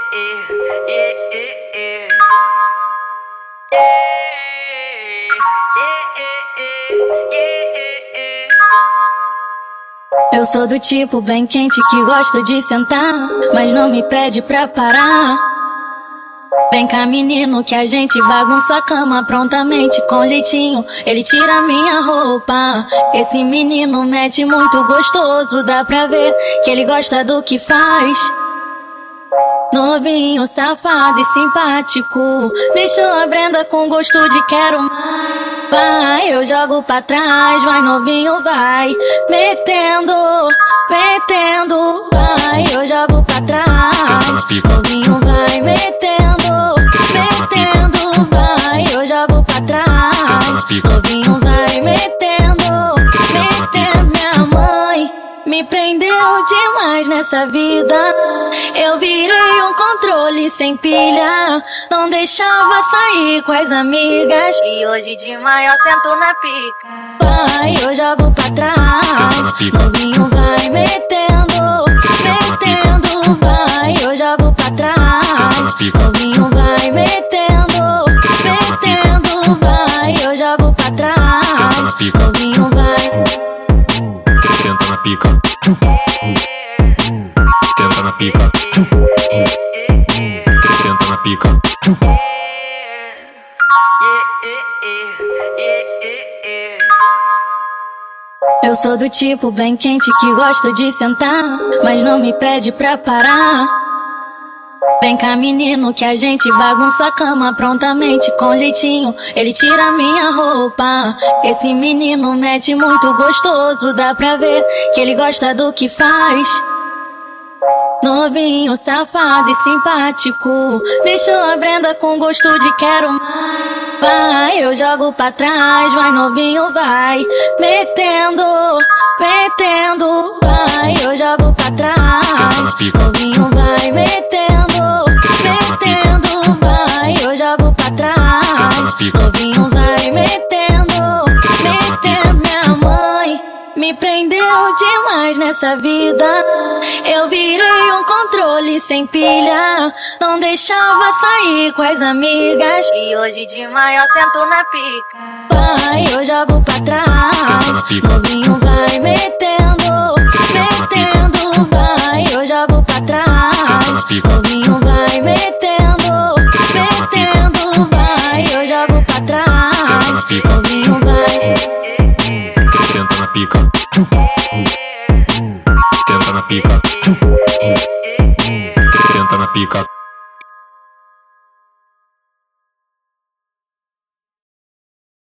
Eu sou do tipo bem quente que gosto de sentar, mas não me pede pra parar. Vem cá, menino, que a gente bagunça a cama prontamente, com jeitinho. Ele tira minha roupa. Esse menino mete muito gostoso, dá pra ver que ele gosta do que faz. Novinho, safado e simpático, deixou a Brenda com gosto de quero mais. Vai, eu jogo pra trás, vai novinho, vai metendo, metendo. Vai, eu jogo pra trás, novinho, vai metendo, metendo. Vai, eu jogo pra trás, novinho, vai metendo, metendo. Minha mãe me prendeu demais nessa vida. Eu virei um controle sem pilha, não deixava sair com as amigas. E hoje de manhã eu sento na pica. Vai, eu jogo pra trás, novinho, vai metendo, metendo. Vai, eu jogo pra trás, novinho, vai metendo, metendo. Vai, eu jogo pra trás, novinho, vai. Senta na pica. Senta na pica. Senta na pica. Eu sou do tipo bem quente que gosto de sentar, mas não me pede pra parar. Vem cá, menino, que a gente bagunça a cama prontamente, com jeitinho. Ele tira minha roupa. Esse menino mete muito gostoso, dá pra ver que ele gosta do que faz. Novinho, safado e simpático, deixou a Brenda com gosto de quero mais. Vai, eu jogo pra trás, vai novinho, vai metendo, metendo. Vai, eu jogo pra trás, novinho, vai metendo, metendo. Vai, eu jogo pra trás, novinho, vai metendo, metendo. Minha mãe me prendeu demais nessa vida. Eu virei um controle sem pilha, não deixava sair com as amigas. E hoje de manhã eu sento na pica. Vai, eu jogo pra trás, novinho, vai metendo, metendo. Vai, eu jogo pra trás, novinho, vai metendo, metendo. Vai, eu jogo pra trás, novinho, vai. Senta na pica. Senta na pica. Senta na pica.